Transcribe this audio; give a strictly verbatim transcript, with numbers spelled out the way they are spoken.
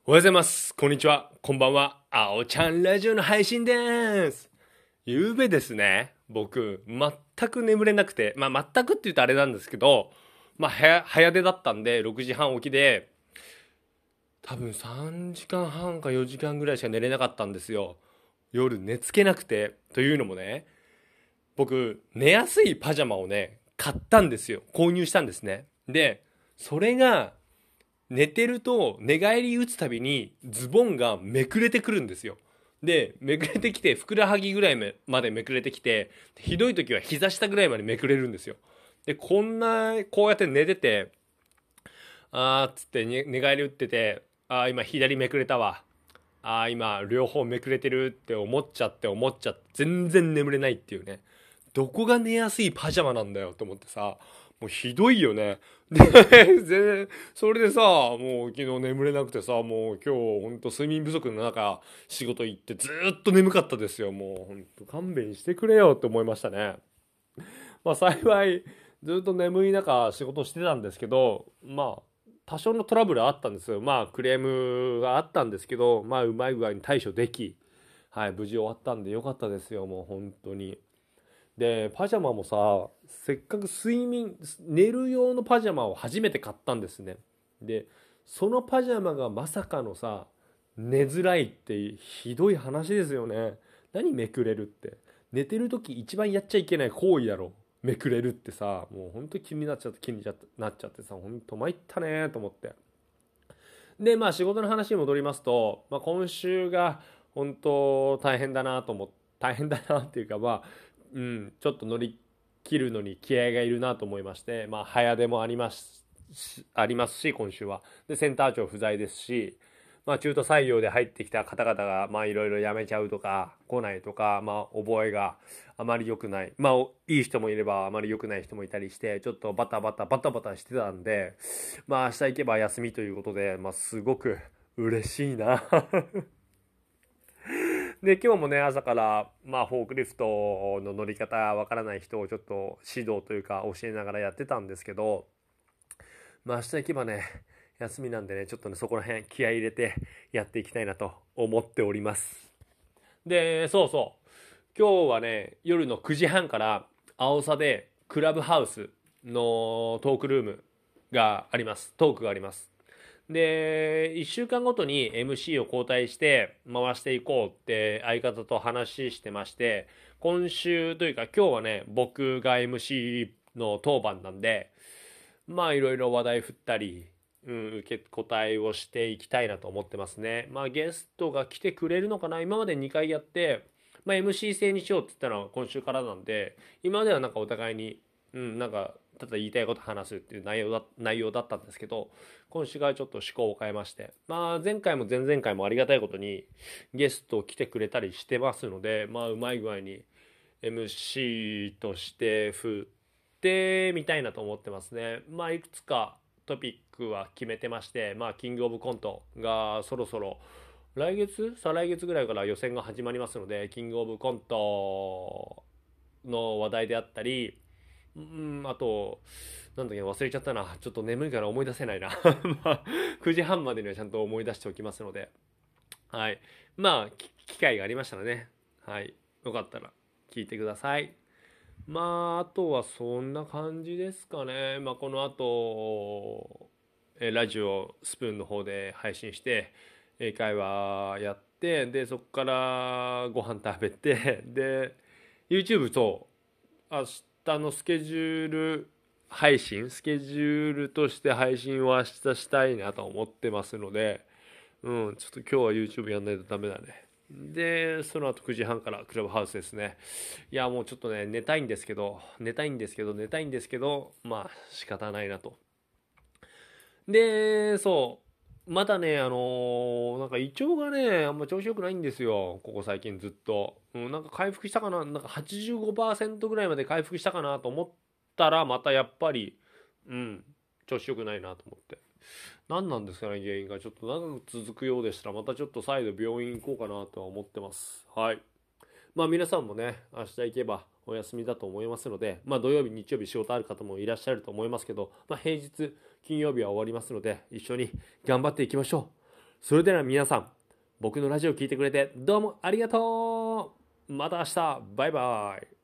おはようございます。こんにちは。こんばんは。あおちゃんラジオの配信です。ゆうべですね、僕、全く眠れなくて、まあ全くって言うとあれなんですけど、まあ早早出だったんで、ろくじはん起きで、多分さんじかんはんかよじかんぐらいしか寝れなかったんですよ。夜寝つけなくて。というのもね、僕、寝やすいパジャマをね、買ったんですよ。購入したんですね。で、それが、寝てると寝返り打つたびにズボンがめくれてくるんですよ。で、めくれてきて、ふくらはぎぐらいまでめくれてきて、ひどい時は膝下ぐらいまでめくれるんですよ。で、こんな、こうやって寝てて、あーっつって寝寝返り打ってて、あー今左めくれたわ。あー今両方めくれてるって思っちゃって思っちゃって、全然眠れないっていうね。どこが寝やすいパジャマなんだよと思ってさ、もうひどいよね。で、全然、それでさ、もう昨日眠れなくてさ、もう今日ほんと睡眠不足の中、仕事行ってずーっと眠かったですよ。もうほんと勘弁してくれよって思いましたね。まあ幸い、ずっと眠い中仕事してたんですけど、まあ、多少のトラブルはあったんですよ。まあクレームがあったんですけど、まあうまい具合に対処でき、はい、無事終わったんでよかったですよ、もう本当に。で、パジャマもさ、せっかく睡眠、寝る用のパジャマを初めて買ったんですね。で、そのパジャマがまさかのさ、寝づらいってひどい話ですよね。何めくれるって。寝てる時一番やっちゃいけない行為だろ。めくれるってさ、もうほんと気になっちゃって気になっちゃってさ、ほんと参ったねーと思って。で、まあ仕事の話に戻りますと、まあ今週が本当大変だなと思って、大変だなっていうかまあ、うん、ちょっと乗り切るのに気合がいるなと思いまして、まあ早出もありますし、ありますし、今週は。で、センター長不在ですし、まあ中途採用で入ってきた方々が、まあいろいろ辞めちゃうとか、来ないとか、まあ覚えがあまり良くない。まあいい人もいればあまり良くない人もいたりして、ちょっとバタバタバタバタしてたんで、まあ明日行けば休みということで、まあすごく嬉しいな。で、今日もね、朝から、まあ、フォークリフトの乗り方わからない人をちょっと指導というか教えながらやってたんですけど、まあ、明日行けばね、休みなんでね、ちょっとね、そこら辺気合い入れてやっていきたいなと思っております。で、そうそう。今日はね、夜のくじはんから青さでクラブハウスのトークルームがあります。トークがあります。で、いっしゅうかんごとに エムシー を交代して回していこうって相方と話してまして、今週というか今日はね、僕が エムシー の当番なんで、まあいろいろ話題振ったり、うん、受け答えをしていきたいなと思ってますね。まあゲストが来てくれるのかな。今までにかいやって、まあ エムシー 制にしようって言ったのは今週からなんで、今まではなんかお互いに、うん、なんか、ただ言いたいこと話すっていう内容だ内容だったんですけど、今週からちょっと思考を変えまして、まあ前回も前々回もありがたいことにゲスト来てくれたりしてますので、まあうまい具合に エムシー として振ってみたいなと思ってますね。まあいくつかトピックは決めてまして、まあキングオブコントがそろそろ来月再来月ぐらいから予選が始まりますので、キングオブコントの話題であったり、うん、あと、なんだっけ、忘れちゃったな。ちょっと眠いから思い出せないな。まあ、くじはんまでにはちゃんと思い出しておきますので。はい。まあ、機会がありましたらね。はい。よかったら聞いてください。まあ、あとはそんな感じですかね。まあ、この後、えラジオスプーンの方で配信して、英会話やって、で、そこからご飯食べて、で、YouTube と、明日のスケジュール配信、スケジュールとして配信を明日したいなと思ってますので、うん、ちょっと今日は YouTube やんないとダメだね。で、その後くじはんからクラブハウスですね。いや、もうちょっとね、寝たいんですけど、寝たいんですけど、寝たいんですけど、まあ仕方ないなと。で、そう。まだね、あのーなんか胃腸がね、あんま調子良くないんですよ。ここ最近ずっと。うん、なんか回復したかな、なんかはちじゅうごパーセントぐらいまで回復したかなと思ったら、またやっぱり、うん、調子良くないなと思って。何なんですかね、原因が。ちょっと長く続くようでしたら、またちょっと再度病院行こうかなとは思ってます。はい。まあ皆さんもね、明日行けばお休みだと思いますので、まあ土曜日、日曜日仕事ある方もいらっしゃると思いますけど、まあ平日、金曜日は終わりますので、一緒に頑張っていきましょう。 それでは皆さん、僕のラジオ聞いてくれてどうもありがとう。また明日。バイバイ。